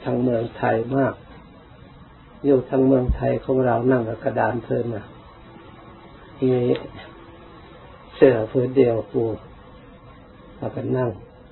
ทางเมืองไทยมากอยู่ทางเมืองไทยของเรานั่งกับกระดานเพลินนะมีเสื่อผืนเดียวปูเราก็นั่ง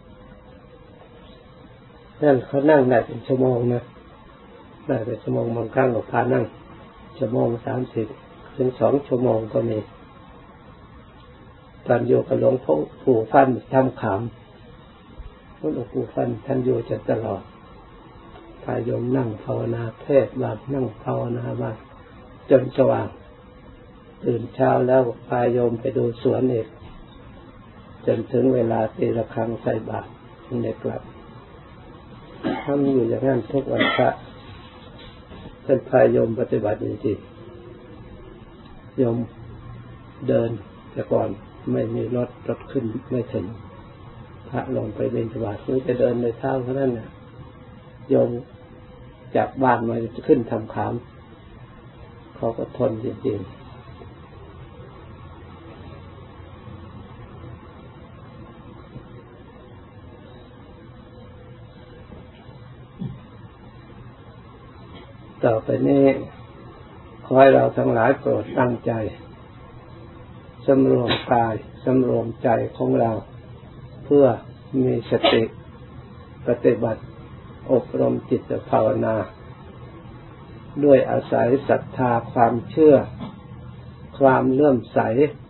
นั่นเขานั่งได้เป็นชั่วโมงนะได้เป็นชั่วโมงบางครั้งก็พานั่งชั่วโมง30 ถึง 2 ชั่วโมงก็มีตอนอยู่กับหลวงปู่ฟั่นทำขามหลวงปู่ฟั่นท่านอยู่จะตลอดพาโยมนั่งภาวนาเทศน์บ้างนั่งภาวนาบ้างจนสว่างตื่นเช้าแล้วพาโยมไปดูสวนอีกจนถึงเวลาตีระฆังใส่บาตรถึงได้กลับทำอยู่อย่างนั้นทุกวันพระเป็นพาโยมปฏิบัติจริงๆโยมเดินแต่ก่อนไม่มีรถขึ้นไม่ถึงพระลงไปเดินบาตรหรือจะเดินในเท้าเท่านั้นน่ะโยมจากบ้านมาขึ้นทำขามเขาก็ทนจริงๆต่อไปนี้ขอให้เราทั้งหลายโปรดตั้งใจสำรวมกายสำรวมใจของเราเพื่อมีสติปฏิบัติอบรมจิตภาวนาด้วยอาศัยศรัทธาความเชื่อความเลื่อมใส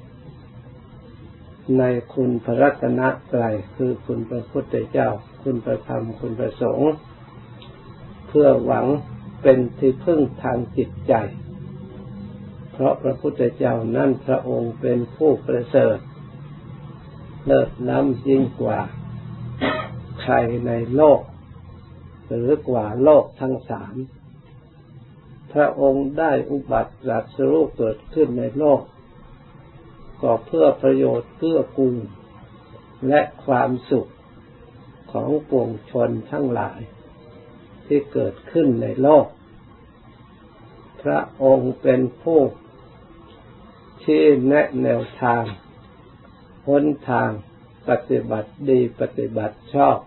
ในคุณพระรัตนตรัยคือคุณพระพุทธเจ้าคุณพระธรรมคุณพระสงฆ์เพื่อหวังเป็นที่พึ่งทางจิตใจเพราะพระพุทธเจ้านั้นพระองค์เป็นผู้ประเสริฐเลิศล้ำยิ่งกว่าใครในโลกหรือกว่าโลกทั้ง3พระองค์ได้อุบัติตรัสรู้เกิดขึ้นในโลกก็เพื่อประโยชน์เพื่อกูลและความสุขของปวงชนทั้งหลายที่เกิดขึ้นในโลกพระองค์เป็นผู้ชี้แนะแนวทางหนทางปฏิบัติดีปฏิบัติชอบ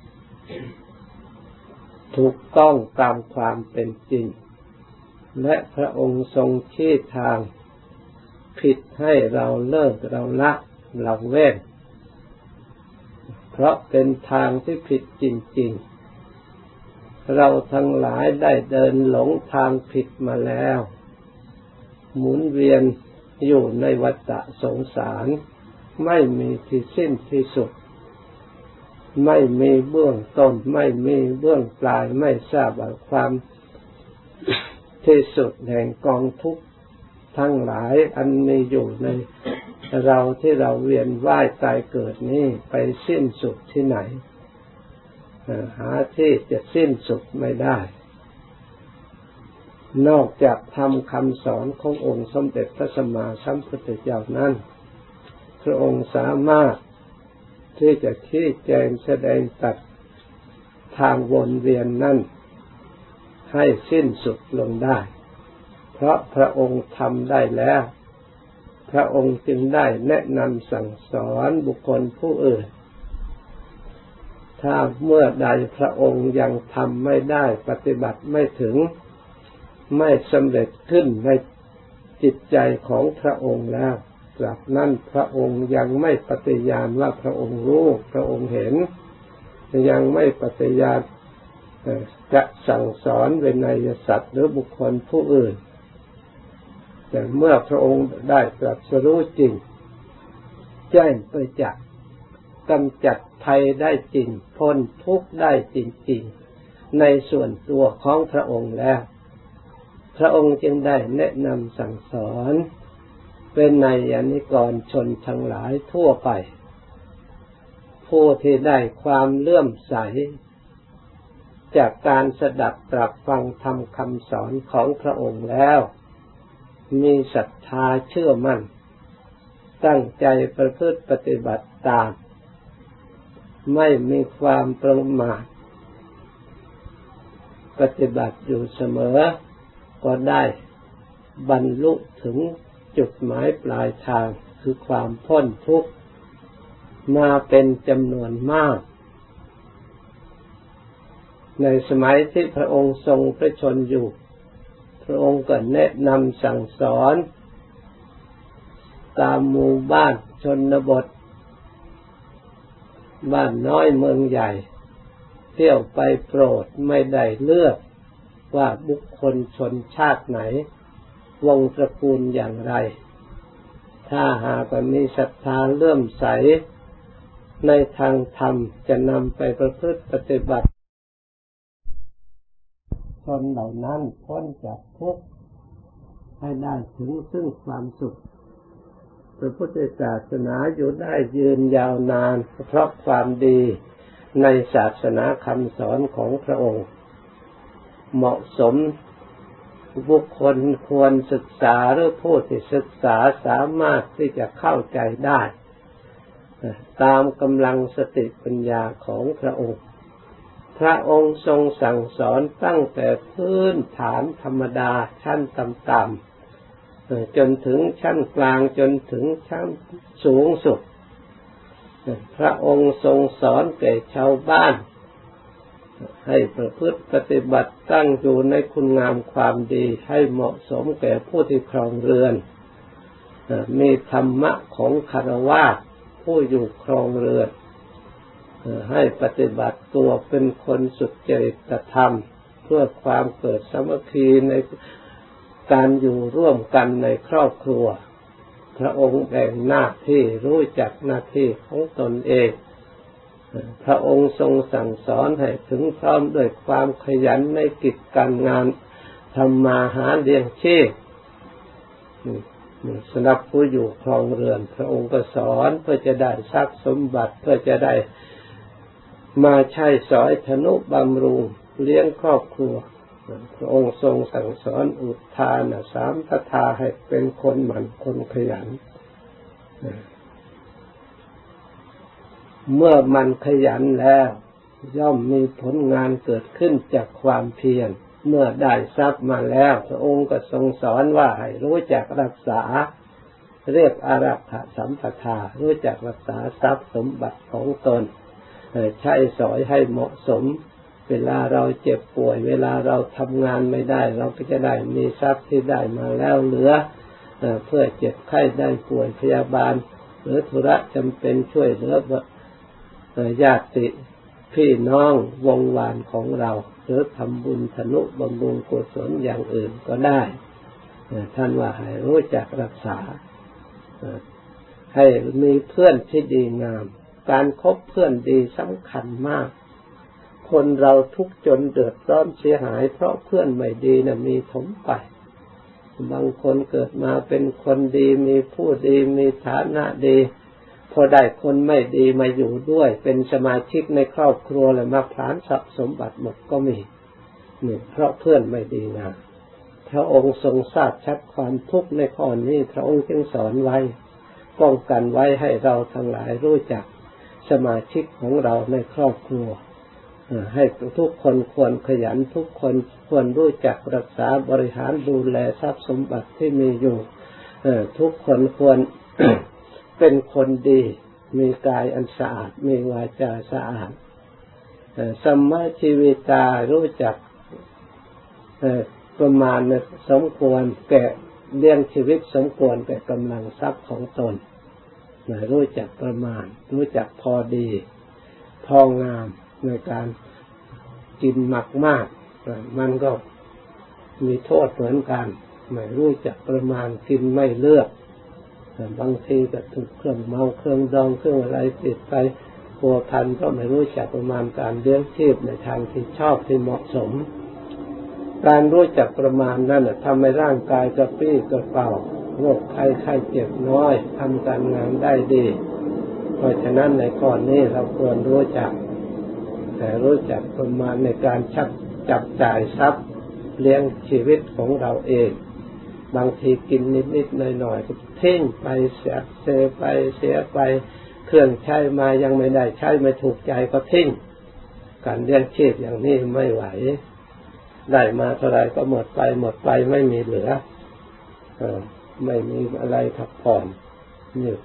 ถูกต้องตามความเป็นจริงและพระองค์ทรงชี้ทางผิดให้เราเลิกเราละเราเว้นเพราะเป็นทางที่ผิดจริงๆเราทั้งหลายได้เดินหลงทางผิดมาแล้วหมุนเวียนอยู่ในวัฏสงสารไม่มีที่สิ้นที่สุดไม่มีเบื้องต้นไม่มีเบื้องปลายไม่ทราบความที่สุดแห่งกองทุกข์ทั้งหลายอันมีอยู่ในเราที่เราเวียนว่ายตายเกิดนี้ไปสิ้นสุดที่ไหนหาที่จะสิ้นสุดไม่ได้นอกจากทำคำสอนขององค์สมเด็จพระสัมมาสัมพุทธเจ้านั้นพระองค์สามารถที่จะชี้แจงแสดงตัดทางวนเวียนนั้นให้สิ้นสุดลงได้เพราะพระองค์ทำได้แล้วพระองค์จึงได้แนะนำสั่งสอนบุคคลผู้อื่นถ้าเมื่อใดพระองค์ยังทำไม่ได้ปฏิบัติไม่ถึงไม่สำเร็จขึ้นในจิตใจของพระองค์แล้วตราบนั้นพระองค์ยังไม่ปฏิญาณว่าพระองค์รู้พระองค์เห็นยังไม่ปฏิญาณจะสั่งสอนเวนยสัตว์หรือบุคคลผู้อื่นแต่เมื่อพระองค์ได้ตรัสรู้จริงแจ้งประจักษ์กำจัดภัยได้จริงพ้นทุกข์ได้จริงๆในส่วนตัวของพระองค์แล้วพระองค์จึงได้แนะนำสั่งสอนเป็นไนยนิกรชนทั้งหลายทั่วไปผู้ที่ได้ความเลื่อมใสจากการสดับตรับฟังธรรมคำสอนของพระองค์แล้วมีศรัทธาเชื่อมั่นตั้งใจประพฤติปฏิบัติตามไม่มีความประมาทปฏิบัติอยู่เสมอก็ได้บรรลุถึงจุดหมายปลายทางคือความพ้นทุกข์มาเป็นจำนวนมากในสมัยที่พระองค์ทรงพระชนอยู่พระองค์ก็แนะนำสั่งสอนตามหมู่บ้านชนบทบ้านน้อยเมืองใหญ่เที่ยวไปโปรดไม่ได้เลือกว่าบุคคลชนชาติไหนวงตระกูลอย่างไรถ้าหากมีศรัทธาเลื่อมใสในทางธรรมจะนำไปประพฤติปฏิบัติชนเหล่านั้นพ้นจากทุกข์ให้ได้ถึงซึ่งความสุขพระพุทธศาสนาอยู่ได้ยืนยาวนานเพราะความดีในศาสนาคำสอนของพระองค์เหมาะสมบุคคลควรศึกษาหรือผู้ที่ศึกษาสามารถที่จะเข้าใจได้ตามกำลังสติปัญญาของพระองค์พระองค์ทรงสั่งสอนตั้งแต่พื้นฐานธรรมดาชั้นต่ำๆจนถึงชั้นกลางจนถึงชั้นสูงสุดพระองค์ทรงสอนแก่ชาวบ้านให้ประพฤติปฏิบัติตั้งอยู่ในคุณงามความดีให้เหมาะสมแก่ผู้ที่ครองเรือนมีธรรมะของฆราวาสผู้อยู่ครองเรือนให้ปฏิบัติตัวเป็นคนสุจริตธรรมเพื่อความเกิดสามัคคีในการอยู่ร่วมกันในครอบครัวพระองค์แบ่งหน้าที่รู้จักหน้าที่ของตนเองพระองค์ทรงสั่งสอนให้ถึงพร้อมด้วยความขยันในกิจการงานทำมาหาเลี้ยงชีพสำหรับผู้อยู่ครองเรือนพระองค์ก็สอนเพื่อจะได้ทรัพย์สมบัติเพื่อจะได้มาใช้สอยทนุบำรุงเลี้ยงครอบครัวพระองค์ทรงสั่งสอนอุทานสามศรัทธาให้เป็นคนหมั่นคนขยันเมื่อมันขยันแล้วย่อมมีผลงานเกิดขึ้นจากความเพียรเมื่อได้ทรัพย์มาแล้วพระองค์ก็ทรงสอนว่าให้รู้จักรักษาเรียกอารักขสัมปทารู้จักรักษาทรัพย์สมบัติของตนใช้สอยให้เหมาะสมเวลาเราเจ็บป่วยเวลาเราทำงานไม่ได้เราก็จะได้มีทรัพย์ที่ได้มาแล้วเหลือเพื่อเจ็บไข้ได้ป่วยพยาบาลหรือธุระจำเป็นช่วยเหลือญาติพี่น้องวงวานของเราหรือทำบุญทนุบำรุงกุศลอย่างอื่นก็ได้ท่านว่าให้รู้จักรักษาให้มีเพื่อนที่ดีงามการคบเพื่อนดีสำคัญมากคนเราทุกข์จนเดือดร้อนเสียหายเพราะเพื่อนไม่ดีนะมีถมไปบางคนเกิดมาเป็นคนดีมีผู้ดีมีฐานะดีพอได้คนไม่ดีมาอยู่ด้วยเป็นสมาชิกในครอบครัวแล้วมาผลาญทรัพย์สมบัติหมดก็มีนี่เพราะเพื่อนไม่ดีนะพระองค์ทรงทราบชัดความทุกข์ในข้อนี้พระองค์จึงสอนไว้ป้องกันไว้ให้เราทั้งหลายรู้จักสมาชิกของเราในครอบครัวให้ทุกคนควรขยันทุกคนควรรู้จักรักษาบริหารดูแลทรัพย์สมบัติที่มีอยู่ทุกคนควร เป็นคนดีมีกายอันสะอาดมีวาจาสะอาดสัมมาชีวิตารู้จักประมาณสมควรแก่เลี้ยงชีวิตสมควรแก่กำลังทรัพย์ของตนรู้จักประมาณรู้จักพอดีพองามในการกินมากๆมันก็มีโทษเหมือนกันไม่รู้จักประมาณกินไม่เลือกบางทีก็ถูกเครื่องเมาเครื่องดองเครื่องอะไรติดไปพัวพันก็ไม่รู้จักประมาณการเลี้ยงชีพในทางที่ชอบที่เหมาะสมการรู้จักประมาณนั้นทำให้ร่างกายกระปรี้กระเปร่าโรคไข้เจ็บน้อยทำการงานได้ดีเพราะฉะนั้นในข้อนี้เราควรรู้จักแต่รู้จักประมาณในการจับจ่ายทรัพย์เลี้ยงชีวิตของเราเองบางทีกินนิดๆหน่อยๆก็ทิ้งไปเสียไปเครื่องใช้มายังไม่ได้ใช้ไม่ถูกใจก็ทิ้งการเลี้ยงชีพอย่างนี้ไม่ไหวได้มาเท่าไรก็หมดไปไม่มีเหลือไม่มีอะไรพักผ่อน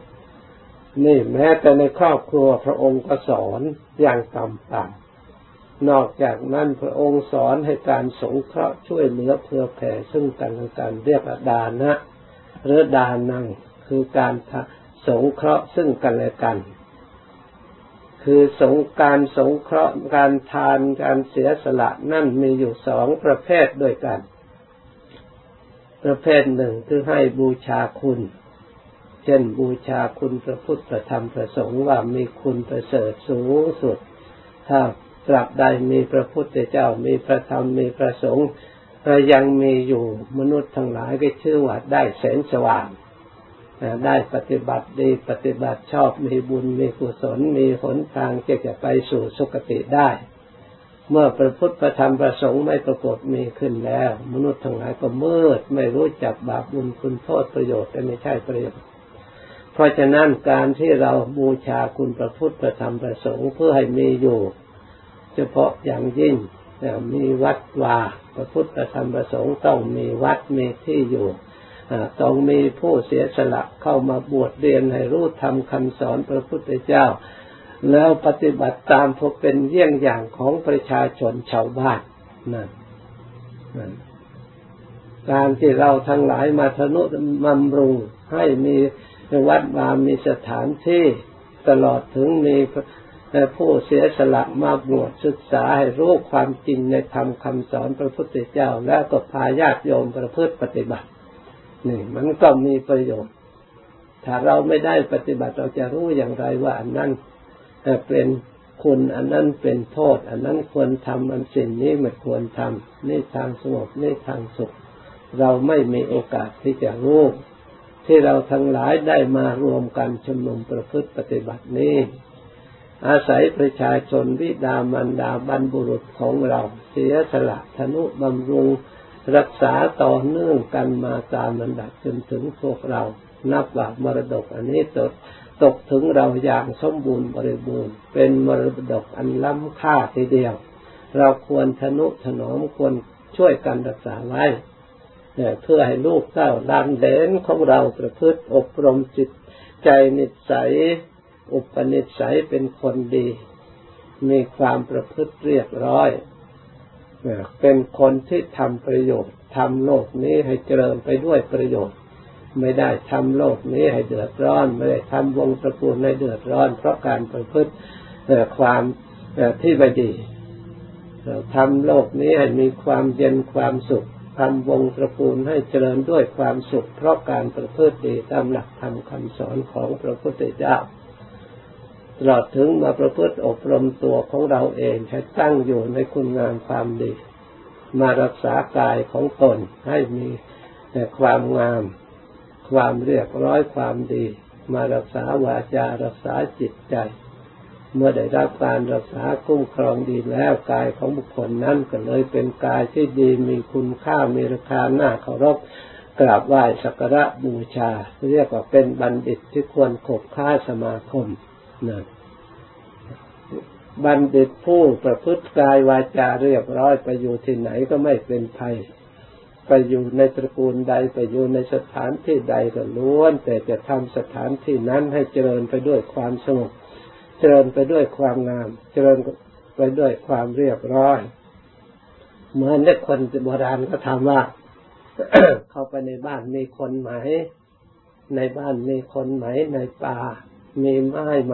นี่แม้แต่ในครอบครัวพระองค์ก็สอนอย่างต่ำนอกจากนั้นพระองค์สอนให้การสงเคราะห์ช่วยเหลือเผื่อแผ่ซึ่งกันและกันเรียกว่าดานะหรือดานังคือการสงเคราะห์ซึ่งกันและกันคือการสงเคราะห์การทานการเสียสละนั่นมีอยู่สองประเภทด้วยกันประเภทหนึ่งคือให้บูชาคุณเช่นบูชาคุณพระพุทธพระธรรมพระสงฆ์ว่ามีคุณประเสริฐสูงสุดถ้าตราบใดมีพระพุทธเจ้ามีพระธรรมมีพระสงฆ์ยังมีอยู่มนุษย์ทั้งหลายก็ชื่อว่าได้แสงสว่างได้ปฏิบัติดีปฏิบัติชอบมีบุญมีกุศลมีหนทางที่จะไปสู่สุคติได้เมื่อพระพุทธพระธรรมพระสงฆ์ไม่ปรากฏมีขึ้นแล้วมนุษย์ทั้งหลายก็มืดไม่รู้จักบาปบุญคุณโทษประโยชน์และไม่ใช่ประโยชน์เพราะฉะนั้นการที่เราบูชาคุณพระพุทธพระธรรมพระสงฆ์เพื่อให้มีอยู่เฉพาะอย่างยิ่งมีวัดวาพระพุทธพระธรรมพระสงฆ์ต้องมีวัดมีที่อยู่ต้องมีผู้เสียสละเข้ามาบวชเรียนให้รู้ธรรมคำสอนพระพุทธเจ้าแล้วปฏิบัติตามพอเป็นเยี่ยงอย่างของประชาชนชาวบ้านนั่นการที่เราทั้งหลายมาทนุบำรุงให้มีวัดวามีสถานที่ตลอดถึงมีผู้เสียสละมาบวชศึกษาให้รู้ความจริงในธรรมคำสอนพระพุทธเจ้าแล้วก็พาญาติโยมประพฤติปฏิบัตินี่มันก็มีประโยชน์ถ้าเราไม่ได้ปฏิบัติเราจะรู้อย่างไรว่าอันนั้นเป็นคุณอันนั้นเป็นโทษอันนั้นควรทำอันสิ่งนี้ไม่ควรทำนี่ทางสงบนี่ทางสุขเราไม่มีโอกาสที่จะรู้ที่เราทั้งหลายได้มารวมกันชุมนุมประพฤติปฏิบัตินี้อาศัยประชาชนบิดามารดาบรรพบุรุษของเราเสียสละทนุบำรุงรักษาต่อเนื่องกันมาตามลำดับจนถึงพวกเรานับว่ามรดกอันนี้ตกถึงเราอย่างสมบูรณ์บริบูรณ์เป็นมรดกอันล้ำค่าทีเดียวเราควรทนุถนอมควรช่วยกันรักษาไว้เพื่อให้ลูกเต้าหลานเหลนของเราประพฤติอบรมจิตใจนิสัยอุปนิสัยเป็นคนดีมีความประพฤติเรียบร้อยเป็นคนที่ทำประโยชน์ทำโลกนี้ให้เจริญไปด้วยประโยชน์ไม่ได้ทำโลกนี้ให้เดือดร้อนไม่ได้ทำวงตระกูลให้เดือดร้อนเพราะการประพฤติความที่ไม่ดีทำโลกนี้ให้มีความเย็นความสุขทำวงตระกูลให้เจริญด้วยความสุขเพราะการประพฤติดีตามหลักธรรมคำสอนของพระพุทธเจ้าตลอดถึงมาประพฤติอบรมตัวของเราเองให้ตั้งอยู่ในคุณงามความดีมารักษากายของตนให้มีความงามความเรียบร้อยความดีมารักษาวาจารักษาจิตใจเมื่อได้รับการรักษาคุ้มครองดีแล้วกายของบุคคลนั้นก็เลยเป็นกายที่ดีมีคุณค่ามีราคาน่าเคารพกราบไหว้สักการะบูชาเรียกว่าเป็นบัณฑิตที่ควรคบค้าสมาคมนั่นบัณฑิตผู้ประพฤติกายวาจาเรียบร้อยไปอยู่ที่ไหนก็ไม่เป็นภัยไปอยู่ในตระกูลใดไปอยู่ในสถานที่ใดก็ล้วนแต่จะทำสถานที่นั้นให้เจริญไปด้วยความสงบเจริญไปด้วยความงามเจริญไปด้วยความเรียบร้อยเหมือนเด็กคนโบราณก็ถามว่า เข้าไปในบ้านมีคนไหมในบ้านมีคนไหมในป่ามีไม้ไหม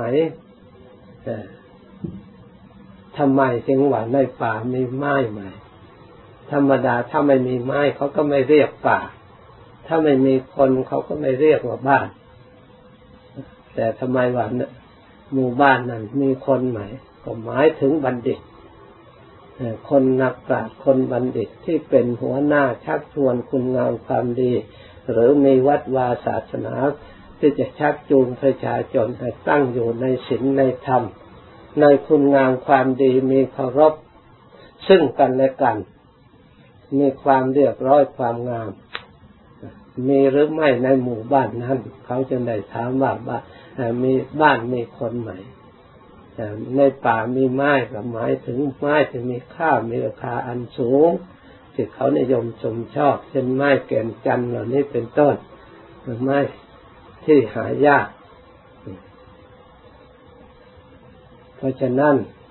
ทำไมจึงว่าในป่ามีไม้ไหมธรรมดาถ้าไม่มีไม้เขาก็ไม่เรียกป่าถ้าไม่มีคนเขาก็ไม่เรียกว่าบ้านแต่ทำไมว่าหมู่บ้านนั้นมีคนไหมก็หมายถึงบัณฑิตคนนักปราชญ์คนบัณฑิตที่เป็นหัวหน้าชักชวนคุณงามความดีหรือมีวัดวาศาสนาที่จะชักจูงประชาชนให้ตั้งอยู่ในศีลในธรรมในคุณงามความดีมีเคารพซึ่งกันและกันมีความเรียบร้อยความงามมีหรือไม่ในหมู่บ้านนั้นเขาจะได้ถามว่ามีบ้านมีคนไหมในป่ามีไม้ก็หมายถึงไม้ที่มีค่ามีราคาอันสูงที่เขานิยมชมชอบเช่นไม้แก่นจันทร์เหล่านี้เป็นต้นไม้ที่หายากเพราะฉะนั้น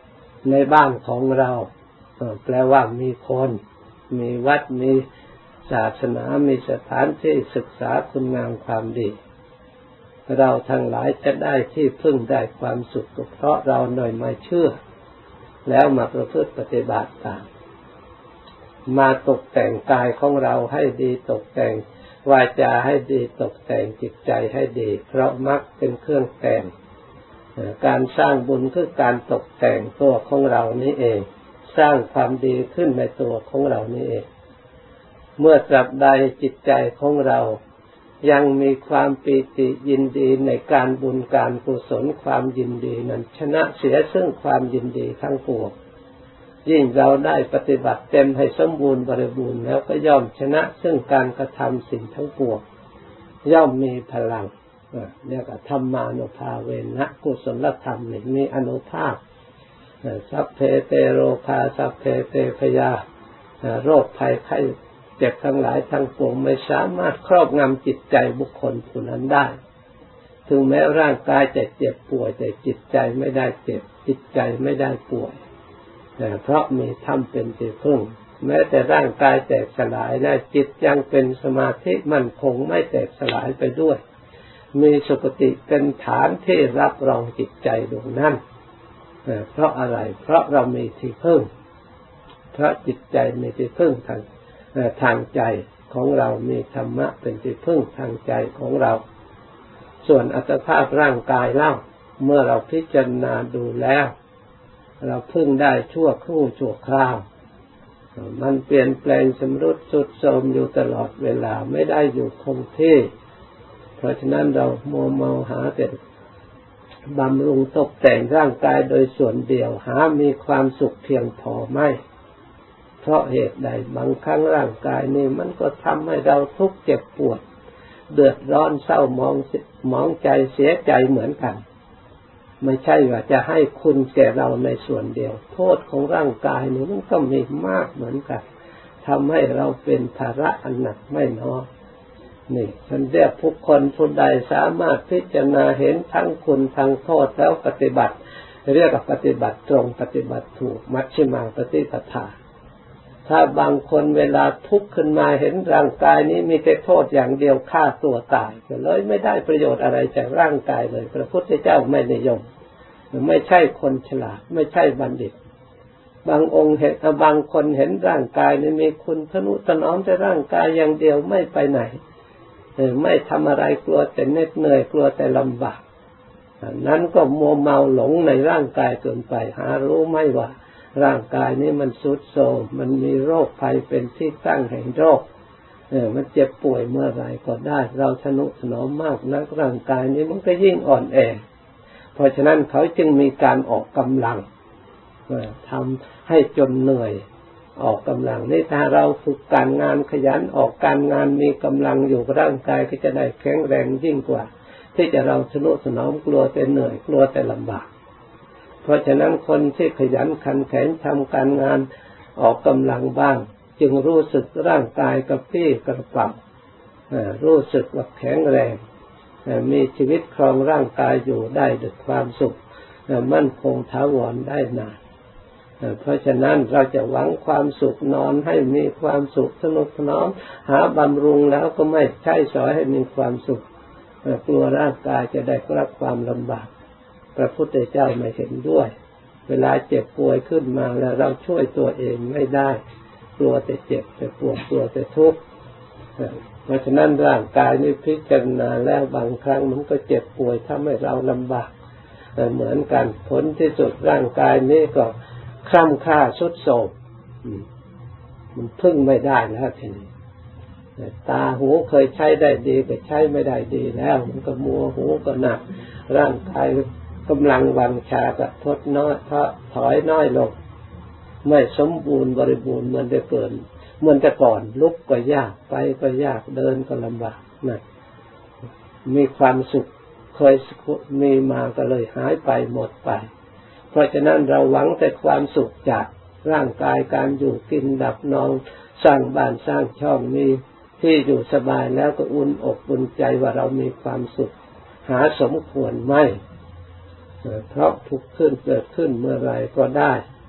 ในบ้านของเราแปลว่ามีคนมีวัดมีศาสนามีสถานที่ศึกษาคุณงามความดีเราทั้งหลายจะได้ที่พึ่งได้ความสุขเพราะเราหน่อยไม่เชื่อแล้วมาประพฤติปฏิบัติตามมาตกแต่งกายของเราให้ดีตกแต่งวาจาให้ดีตกแต่งจิตใจให้ดีเพราะมรรคเป็นเครื่องแต่งการสร้างบุญคือการตกแต่งตัวของเรานี้เองสร้างความดีขึ้นในตัวของเรานี้เองเมื่อตราบใดจิตใจของเรายังมีความปีติยินดีในการบุญการกุศลความยินดีนั้นชนะเสียซึ่งความยินดีทั้งปวงยิ่งเราได้ปฏิบัติเต็มให้สมบูรณ์บริบูรณ์แล้วก็ย่อมชนะซึ่งการกระทำสิ่งทั้งปวงย่อมมีพลังเรียกว่าธรรมานุภาเวนะกุศลธรรมนี่มีอานุภาพสัพเพเตโรคาสัพเพเตพยาโรคภัยไข้เจ็บทั้งหลายทั้งปวงไม่สามารถครอบงำจิตใจบุคคลผู้นั้นได้ถึงแม้ร่างกายจะเจ็บป่วยแต่จิตใจไม่ได้เจ็บจิตใจไม่ได้ป่วยเพราะมีธรรมเป็นที่พึ่งแม้แต่ร่างกายแตกสลายได้จิตยังเป็นสมาธิมั่นคงไม่แตกสลายไปด้วยมีสุคติเป็นฐานที่รับรองจิตใจดวงนั้นเพราะอะไรเพราะเรามีที่พึ่งเพราะจิตใจมีที่พึ่งทางใจของเรามีธรรมะเป็นที่พึ่งทางใจของเราส่วนอัตภาพร่างกายเล่าเมื่อเราพิจารณาดูแล้วเราพึ่งได้ชั่วครู่ชั่วคราวมันเปลี่ยนแปลงชำรุดทรุดโทรมอยู่ตลอดเวลาไม่ได้อยู่คงที่เพราะฉะนั้นเรามัวเมาหาแต่บำรุงตกแต่งร่างกายโดยส่วนเดียวหามีความสุขเพียงพอไม่เพราะเหตุใดบางครั้งร่างกายนี่มันก็ทำให้เราทุกข์เจ็บปวดเดือดร้อนเศร้ามองใจเสียใจเหมือนกันไม่ใช่ว่าจะให้คุณแก่เราในส่วนเดียวโทษของร่างกายนี่มันก็มีมากเหมือนกันทำให้เราเป็นภาระอันหนักไม่น้อยนี่ฉันเรียกผู้คนผู้ใดสามารถพิจารณาเห็นทั้งคุณทั้งโทษแล้วปฏิบัติเรียกว่าปฏิบัติตรงปฏิบัติถูกมัชฌิมาปฏิปทาถ้าบางคนเวลาทุกข์ขึ้นมาเห็นร่างกายนี้มีแต่โทษอย่างเดียวฆ่าตัวตายเลยไม่ได้ประโยชน์อะไรจากร่างกายเลยพระพุทธเจ้าไม่นิยมไม่ใช่คนฉลาดไม่ใช่บัณฑิตบางองค์เห็นบางคนเห็นร่างกายนี้มีคุณทนุถนอมแต่ร่างกายอย่างเดียวไม่ไปไหนไม่ทำอะไรกลัวแต่เหน็ดเหนื่อยกลัวแต่ลำบากนั้นก็มัวเมาหลงในร่างกายเกินไปหารู้ไม่ว่าร่างกายนี้มันทรุดโทรมมันมีโรคภัยเป็นที่ตั้งแห่งโรคมันเจ็บป่วยเมื่อไรก็ได้เราทนุถนอมมากนักร่างกายนี้มันก็ยิ่งอ่อนแอเพราะฉะนั้นเขาจึงมีการออกกำลังทำให้จนเหนื่อยออกกำลังนี่ถ้าเราฝึกการงานขยันออกการงานมีกำลังอยู่ร่างกายก็จะได้แข็งแรงยิ่งกว่าที่จะเราทนุถนอมกลัวแต่เหนื่อยกลัวแต่ลำบากเพราะฉะนั้นคนที่ขยันขันแข็งทำการงานออกกำลังบ้างจึงรู้สึกร่างกายกระปรี้กระเปร่ารู้สึกว่าแข็งแรงมีชีวิตครองร่างกายอยู่ได้ด้วยความสุขมั่นคงถาวรได้นานเพราะฉะนั้นเราจะหวังความสุขนอนให้มีความสุขสนุกสนานหาบำรุงแล้วก็ไม่ใช่สอนให้มีความสุขกลัวร่างกายจะได้รับความลำบากพระพุทธเจ้าไม่เห็นด้วยเวลาเจ็บป่วยขึ้นมาแล้วเราช่วยตัวเองไม่ได้กลัวแต่เจ็บแต่ปวดกลัวแต่ทุกข์เพราะฉะนั้นร่างกายนี้พิจารณาแล้วบางครั้งมันก็เจ็บป่วยทำให้เราลำบากเหมือนกันผลที่สุดร่างกายนี้ก็คร่ำคร่าทรุดโทรมมันพึ่งไม่ได้แล้วทีนี้ตาหูเคยใช้ได้ดีแต่ใช้ไม่ได้ดีแล้วมันก็มัวหูก็หนักร่างกายกำลังวังชาก็ทดน้อยถอยน้อยลงไม่สมบูรณ์บริบูรณ์เหมือนแต่ก่อนลุกก็ยากไปก็ยากเดินก็ลำบากนะมีความสุขเคยมีมาก็เลยหายไปหมดไปเพราะฉะนั้นเราหวังแต่ความสุขจากร่างกายการอยู่กินดับนอนสร้างบ้านสร้างช่องมีที่อยู่สบายแล้วก็อุ่นอกอุ่นใจว่าเรามีความสุขหาสมควรไม่เพราะทุกข์ขึ้นเกิดขึ้นเมื่อไรก็ได้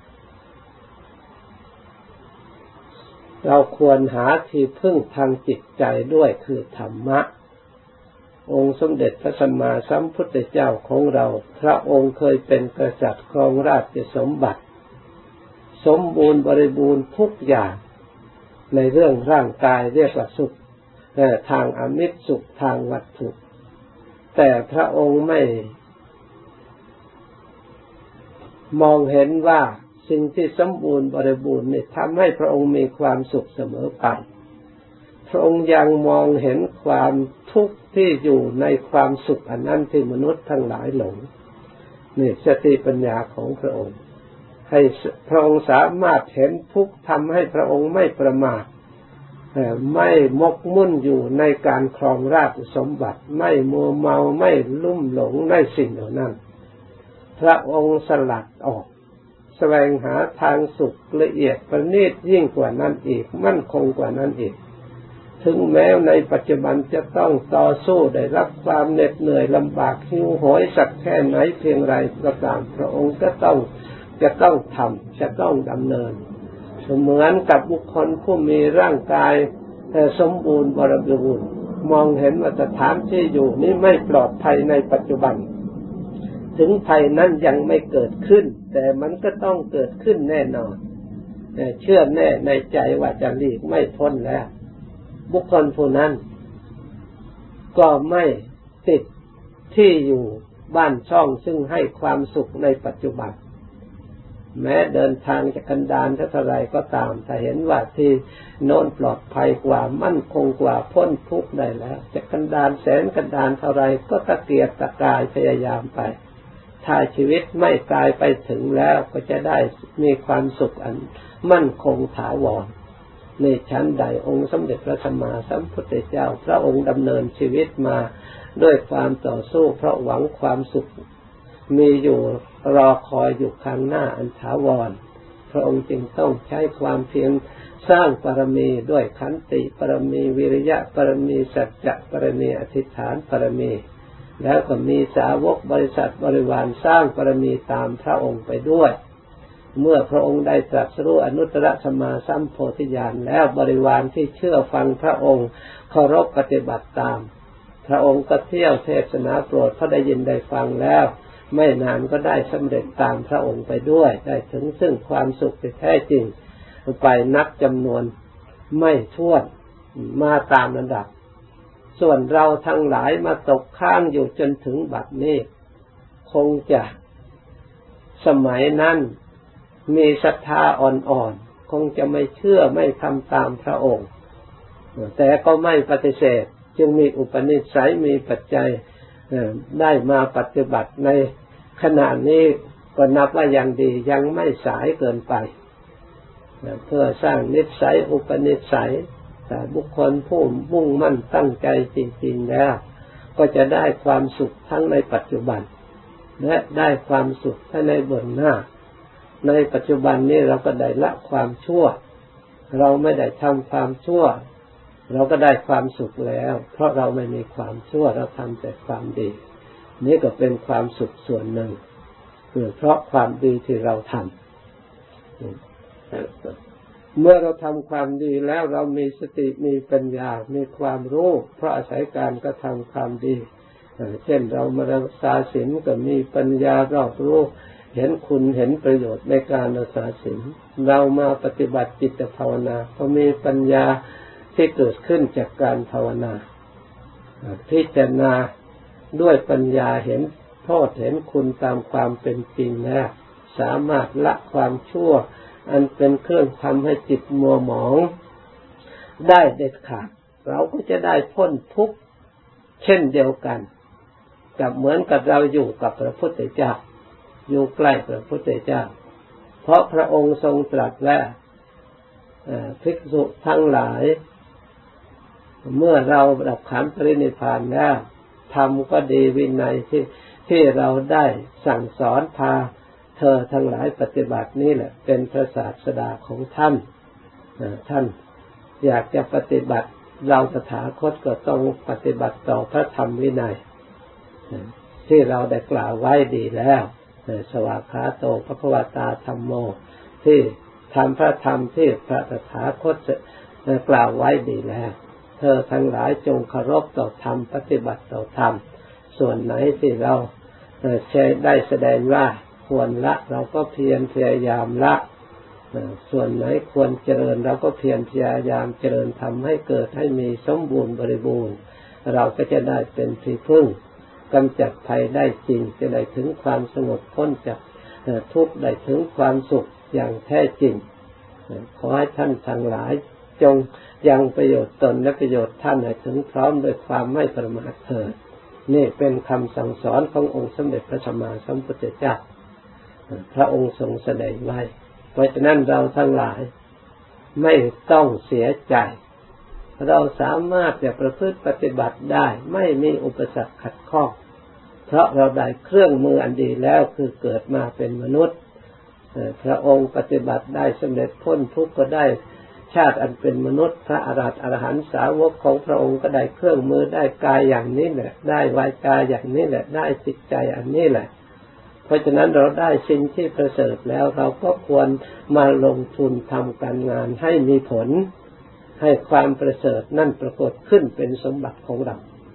เราควรหาที่พึ่งทางจิตใจด้วยคือธรรมะองค์สมเด็จพระสัมมาสัมพุทธเจ้าของเราพระองค์เคยเป็นกษัตริย์ครองราชสมบัติสมบูรณ์บริบูรณ์ทุกอย่างในเรื่องร่างกายเรียกว่าสุขทางอามิตรสุขทางวัตถุแต่พระองค์ไม่มองเห็นว่าสิ่งที่สมบูรณ์บริบูรณ์นี่ทำให้พระองค์มีความสุขเสมอไปพระองค์ยังมองเห็นความทุกข์ที่อยู่ในความสุขอันนั้นที่มนุษย์ทั้งหลายหลงนี่สติปัญญาของพระองค์ให้พระองค์สามารถเห็นทุกข์ทำให้พระองค์ไม่ประมาทไม่มกมุ่นอยู่ในการครองราชสมบัติไม่มัวเมาไม่ลุ่มหลงในสิ่งเหล่านั้นพระองค์สลัดออกแสวงหาทางสุขละเอียดประณีตยิ่งกว่านั้นอีกมั่นคงกว่านั้นอีกถึงแม้ในปัจจุบันจะต้องต่อสู้ได้รับความเหน็ดเหนื่อยลำบากหิวโหยสักแค่ไหนเพียงไรก็ตามพระองค์ก็จะต้องทำจะต้องดำเนินเหมือนกับบุคคลผู้มีร่างกายสมบูรณ์บริบูรณ์มองเห็นว่าสถานที่อยู่นี้ไม่ปลอดภัยในปัจจุบันถึงภัยนั้นยังไม่เกิดขึ้นแต่มันก็ต้องเกิดขึ้นแน่นอนเชื่อแน่ในใจว่าจะหลีกไม่พ้นแล้วบุคคลผู้นั้นก็ไม่ติดที่อยู่บ้านช่องซึ่งให้ความสุขในปัจจุบันแม้เดินทางจะกันดารเท่าไรก็ตามถ้าเห็นว่าที่โน้นปลอดภัยกว่ามั่นคงกว่าพ้นทุกข์ได้แล้วจะกันดารแสนกันดารเท่าไรก็ตะเกียกตะกายพยายามไปถ้าชีวิตไม่กลายไปถึงแล้วก็จะได้มีความสุขอันมั่นคงถาวรในชั้นใดองค์สมเด็จพระสัมมาสัมพุทธเจ้าพระองค์ดำเนินชีวิตมาด้วยความต่อสู้เพราะหวังความสุขมีอยู่รอคอยอยู่ข้างหน้าอันถาวรพระองค์จึงต้องใช้ความเพียรสร้างบารมีด้วยขันติบารมีวิริยะบารมีสัจจะบารมีอธิษฐานบารมีแล้วก็มีสาวกบริษัทบริวารสร้างบารมีตามพระองค์ไปด้วยเมื่อพระองค์ได้ตรัสรู้อนุตตรสัมมาสัมโพธิญาณแล้วบริวารที่เชื่อฟังพระองค์เคารพปฏิบัติตามพระองค์ก็เที่ยวเทศนาโปรดพระได้ยินได้ฟังแล้วไม่นานก็ได้สำเร็จตามพระองค์ไปด้วยได้ถึงซึ่งความสุขที่แท้จริงไปนับจำนวนไม่ถ้วนมาตามระดับส่วนเราทั้งหลายมาตกค้างอยู่จนถึงบัดนี้คงจะสมัยนั้นมีศรัทธาอ่อนๆคงจะไม่เชื่อไม่ทำตามพระองค์แต่ก็ไม่ปฏิเสธจึงมีอุปนิสัยมีปัจจัยได้มาปฏิบัติในขณะนี้ก็นับว่ายังดียังไม่สายเกินไปเพื่อสร้างนิสัยอุปนิสัยแต่บุคคลผู้มุ่งมั่นตั้งใจจริงๆแล้วก็จะได้ความสุขทั้งในปัจจุบันและได้ความสุขทั้งในเบื้องหน้าในปัจจุบันนี้เราก็ได้ละความชั่วเราไม่ได้ทำความชั่วเราก็ได้ความสุขแล้วเพราะเราไม่มีความชั่วเราทำแต่ความดีนี่ก็เป็นความสุขส่วนหนึ่งเพราะความดีที่เราทำเมื่อเราทำความดีแล้วเรามีสติมีปัญญามีความรู้เพราะอาศัยการกระทำความดีเช่นเรามารักษาศีลก็มีปัญญารอบรู้เห็นคุณเห็นประโยชน์ในการรักษาศีลเรามาปฏิบัติจิตภาวนาก็มีปัญญาที่เกิดขึ้นจากการภาวนาพิจารณาด้วยปัญญาเห็นโทษเห็นคุณตามความเป็นจริงแล้วสามารถละความชั่วอันเป็นเครื่องทำให้จิตมัวหมองได้เด็ดขาดเราก็จะได้พ้นทุกข์เช่นเดียวกันกับเหมือนกับเราอยู่กับพระพุทธเจ้าอยู่ใกล้พระพุทธเจ้าเพราะพระองค์ทรงตรัสว่าภิกษุทั้งหลายเมื่อเราดับขันธ์ปรินิพพานแล้วธรรมก็ดีวินัยที่เราได้สั่งสอนพาเธอทั้งหลายปฏิบัตินี่แหละเป็นพระศาสดาของท่านท่านอยากจะปฏิบัติเราตถาคตก็ต้องปฏิบัติต่อพระธรรมวินัยที่เราได้กล่าวไว้ดีแล้วสวากขาโตภควตาธัมโมที่ทำพระธรรมที่พระตถาคตกล่าวไว้ดีแล้วเธอทั้งหลายจงเคารพต่อธรรมปฏิบัติต่อธรรมส่วนไหนที่เราได้แสดงว่าควรละเราก็เพียรพยายามละส่วนไหนควรเจริญเราก็เพียรพยายามเจริญทำให้เกิดให้มีสมบูรณ์บริบูรณ์เราก็จะได้เป็นที่พึ่งกำจัดภัยได้จริงจะได้ถึงความสงบพ้นจากทุกข์ได้ถึงความสุขอย่างแท้จริงขอให้ท่านทั้งหลายจงยังประโยชน์ตนและประโยชน์ท่านให้ถึงพร้อมด้วยความไม่ประมาทเถิดนี่เป็นคำสั่งสอนขององค์สมเด็จพระสัมมาสัมพุทธเจ้าพระองค์ทรงแสดงไว้เพราะฉะนั้นเราทั้งหลายไม่ต้องเสียใจเราสามารถจะประพฤติปฏิบัติได้ไม่มีอุปสรรคขัดข้องเพราะเราได้เครื่องมืออันดีแล้วคือเกิดมาเป็นมนุษย์พระองค์ปฏิบัติได้สำเร็จพ้นทุกข์ก็ได้ชาติอันเป็นมนุษย์พระอรหันตสาวกของพระองค์ก็ได้เครื่องมือได้กายอย่างนี้แหละได้วาจาอย่างนี้แหละได้จิตใจอันนี้แหละเพราะฉะนั้นเราได้สิ่งที่ประเสริฐแล้วเราก็ควรมาลงทุนทำการงานให้มีผลให้ความประเสริฐนั่นปรากฏขึ้นเป็นสมบัติของเรา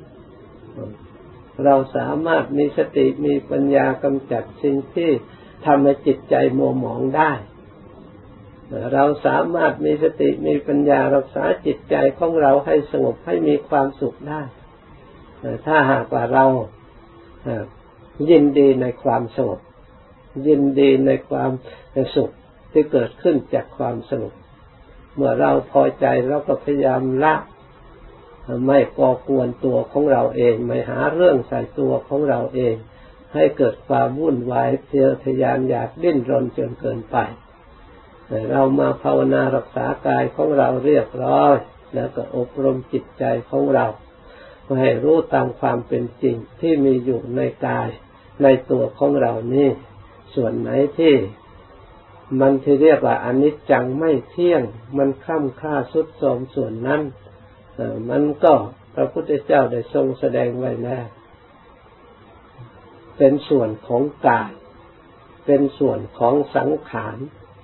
เราสามารถมีสติมีปัญญากำจัดสิ่งที่ทำให้จิตใจมัวหมองได้เราสามารถมีสติมีปัญญารักษาจิตใจของเราให้สงบให้มีความสุขได้ถ้าหากว่าเรายินดีในความสงบยินดีในความสุขที่เกิดขึ้นจากความสงบเมื่อเราพอใจเราก็พยายามละไม่ก่อกวนตัวของเราเองไม่หาเรื่องใส่ตัวของเราเองให้เกิดความวุ่นวายทะเยอทะยานอยากดิ้นรนจนเกินไปเรามาภาวนารักษากายของเราเรียบร้อยแล้วก็อบรมจิตใจของเราให้รู้ตามความเป็นจริงที่มีอยู่ในกายในตัวของเรานี่ส่วนไหนที่มันที่เรียกว่าอนิจจังไม่เที่ยงมันคล่ำคล้าทรุดโทรมส่วนนั้นมันก็พระพุทธเจ้าได้ทรงแสดงไว้แล้วเป็นส่วนของกายเป็นส่วนของสังขาร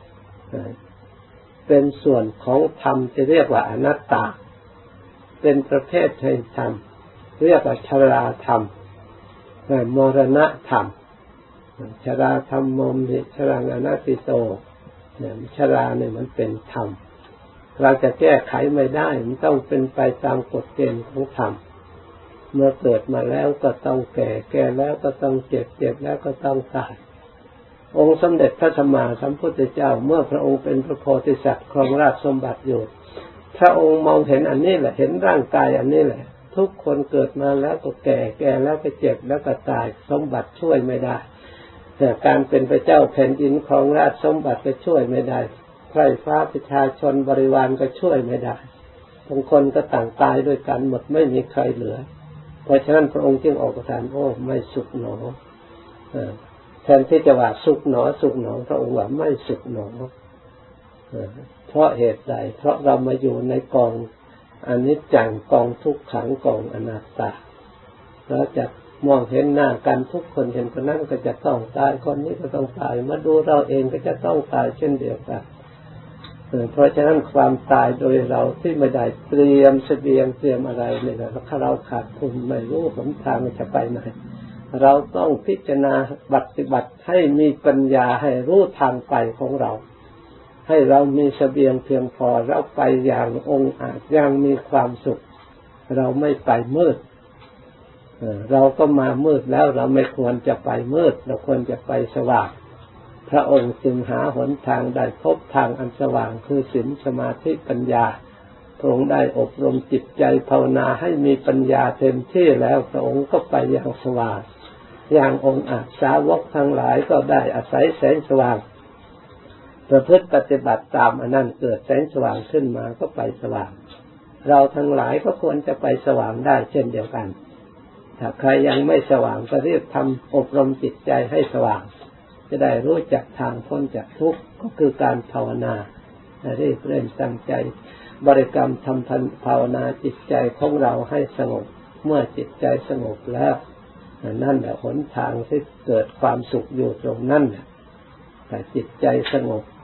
เป็นส่วนของธรรมที่เรียกว่าอนัตตาเป็นประเภทแห่งธรรมเรียกว่าชราธรรมมรณะธรรมชราธรรมมมิชรังอนัตติโตชราเนี่ยมันเป็นธรรมเราจะแก้ไขไม่ได้มันต้องเป็นไปตามกฎเกณฑ์ของธรรมเมื่อเกิดมาแล้วก็ต้องแก่แก่แล้วก็ต้องเจ็บเจ็บแล้วก็ต้องตายองค์สมเด็จพระสัมมาสัมพุทธเจ้าเมื่อพระองค์เป็นพระโพธิสัตว์ครองราชสมบัติอยู่พระองค์มองเห็นอันนี้แหละเห็นร่างกายอันนี้แหละทุกคนเกิดมาแล้วก็แก่แก่แล้วก็เจ็บแล้วก็ตายสมบัติช่วยไม่ได้แต่การเป็นพระเจ้าแผ่นดินครองราชสมบัติก็ช่วยไม่ได้ไพร่ฟ้าประชาชนบริวารก็ช่วยไม่ได้บางคนก็ต่างตายด้วยกันหมดไม่มีใครเหลือเพราะฉะนั้นพระองค์จึงออกประทานโอ้ไม่สุขหนอแทนที่จะว่าสุขหนอสุขหนอพระองค์ว่าไม่สุขหนอเพราะเหตุใดเพราะเรามาอยู่ในกองอนิจจังกองทุกขังกองอนัตตาเราจะมองเห็นหน้ากันทุกคนเห็นคนนั้นก็จะต้องตายคนนี้ก็ต้องตายมาดูเราเองก็จะต้องตายเช่นเดียวกันเพราะฉะนั้นความตายโดยเราที่ไม่ได้เตรียมเสบียงเตรียมอะไรเนี่ยนะถ้าเราขาดทุนไม่รู้หนทางจะไปไหนเราต้องพิจารณาปฏิบัติให้มีปัญญาให้รู้ทางไปของเราให้เรามีเสบียงเพียงพอเราไปอย่างองอาจอย่างมีความสุขเราไม่ไปมืดเราก็มามืดแล้วเราไม่ควรจะไปมืดเราควรจะไปสว่างพระองค์จึงหาหนทางได้พบทางอันสว่างคือศีลสมาธิปัญญาพระองค์ได้อบรมจิตใจภาวนาให้มีปัญญาเต็มที่แล้วพระองค์ก็ไปอย่างสว่างอย่างองค์อาจสาวกทั้งหลายก็ได้อาศัยแสงสว่างประพฤติปฏิบัติตามอันนั้นเกิดแสงสว่างขึ้นมาก็ไปสว่างเราทั้งหลายก็ควรจะไปสว่างได้เช่นเดียวกันถ้าใครยังไม่สว่างก็รีบทำอบรมจิตใจให้สว่างจะได้รู้จักทางพ้นจากทุกข์ก็คือการภาวนารีบเริ่มตั้งใจบริกรรมทำภาวนาจิตใจของเราให้สงบเมื่อจิตใจสงบแล้วนั่นแหละหนทางที่เกิดความสุขอยู่ตรงนั้นแต่จิตใจสงบ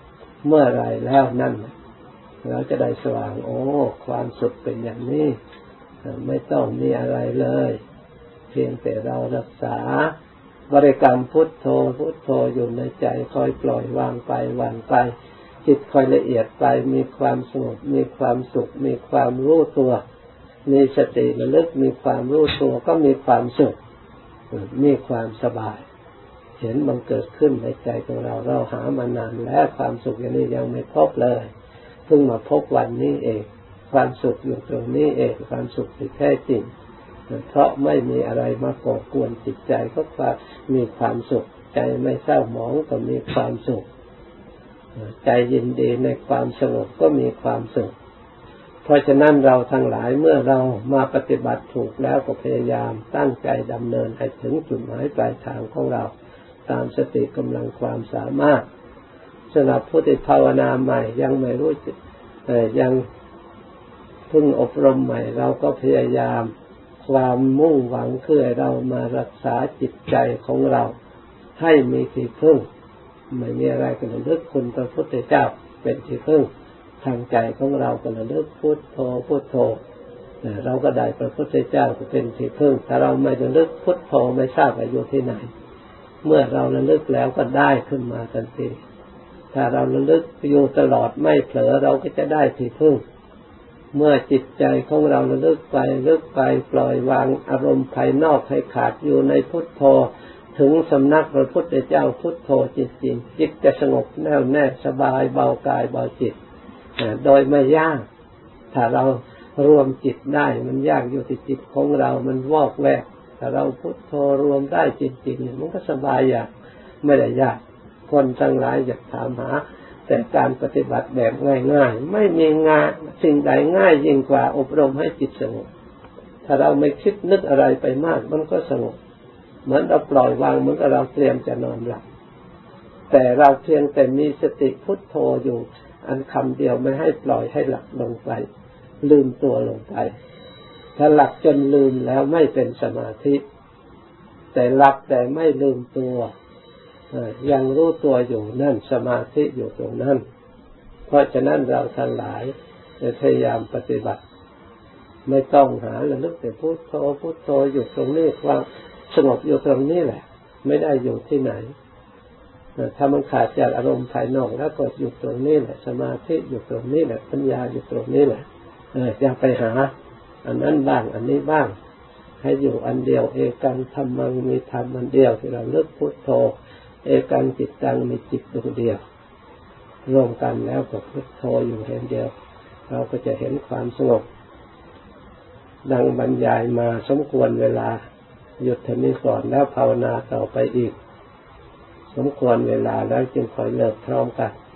เมื่อไรแล้วนั่นเราจะได้สว่างโอ้ความสุขเป็นอย่างนี้ไม่ต้องมีอะไรเลยเพียงแต่เรารักษาบริกรรมพุทโธพุทโธอยู่ในใจคอยปล่อยวางไปวางไปจิตคอยละเอียดไปมีความสงบมีความสุขมีความรู้ตัวมีสติระลึกมีความรู้ตัวก็มีความสุขมีความสบายเห็นมันเกิดขึ้นในใจของเราเราหามานานแล้วความสุขอย่างนี้ยังไม่พบเลยเพิ่งมาพบวันนี้เองความสุขอยู่ตรงนี้เองความสุขที่แท้จริงเพราะไม่มีอะไรมาก่อกวนจิตใจก็มีความสุขใจไม่เศร้าหมองก็มีความสุขใจยินดีในความสงบก็มีความสุขเพราะฉะนั้นเราทั้งหลายเมื่อเรามาปฏิบัติถูกแล้วก็พยายามตั้งใจดำเนินให้ถึงจุดหมายปลายทางของเราตามสติกำลังความสามารถสำหรับผู้ที่ภาวนาใหม่ยังไม่รู้ยังเพิ่งอบรมใหม่เราก็พยายามความมุ่งหวังคือเรามารักษาจิตใจของเราให้มีที่พึ่งไม่มีอะไรก็ระลึกคุณพระพุทธเจ้าเป็นที่พึ่งทางใจของเราก็ระลึกพุทโธพุทโธเราก็ได้พระพุทธเจ้าเป็นที่พึ่งถ้าเราไม่ระลึกพุทโธไม่ทราบว่าอยู่ที่ไหนเมื่อเราระลึกแล้วก็ได้ขึ้นมาทันทีถ้าเราระลึกอยู่ตลอดไม่เผลอเราก็จะได้ที่พึ่งเมื่อจิตใจของเราระลึกไปลึกไปปล่อยวางอารมณ์ภายนอกให้ขาดอยู่ในพุทโธถึงสำนักพระพุทธเจ้าพุทโธจริงๆจิตจะสงบแน่วแน่สบายเบากายเบาจิตโดยไม่ยากถ้าเรารวมจิตได้มันยากอยู่ที่จิตของเรามันวอกแวกถ้าเราพุทโธรวมได้จริงๆมันก็สบายอย่างไม่ได้ยากคนทั้งหลายอยากถามหาแต่การปฏิบัติแบบง่ายๆไม่มีงานสิ่งใดง่ายยิ่งกว่าอบรมให้จิตสงบถ้าเราไม่คิดนึกอะไรไปมากมันก็สงบเหมือนเราปล่อยวางเหมือนกับเราเตรียมจะนอนหลับแต่เราเพียงแต่มีสติพุทโธอยู่อันคำเดียวไม่ให้ปล่อยให้หลับลงไปลืมตัวลงไปถ้าหลับจนลืมแล้วไม่เป็นสมาธิแต่หลับแต่ไม่ลืมตัวยังรู้ตัวอยู่นั่นสมาธิอยู่ตรงนั้นเพราะฉะนั้นเราทั้งหลายพยายามปฏิบัติไม่ต้องหาระลึกแต่พุทโธพุทโธอยู่ตรงนี้ความสงบอยู่ตรงนี้แหละไม่ได้อยู่ที่ไหนถ้ามันขาดจากอารมณ์ภายนอกแล้วก็อยู่ตรงนี้แหละสมาธิอยู่ตรงนี้แหละปัญญาอยู่ตรงนี้แหละอย่าไปหาอันนั้นบ้างอันนี้บ้างให้อยู่อันเดียวเอกังธรรมังมีธรรมอันเดียวที่เราเลิกพุทโธเอกังจิตตังมีจิตดวงเดียวรวมกันแล้วก็พุทโธอยู่แห่งเดียวเราก็จะเห็นความสงบดังบรรยายมาสมควรเวลาหยุดเท่านี้ก่อนแล้วภาวนาต่อไปอีกสมควรเวลาแล้วจึงค่อยเลิกพร้อมกัน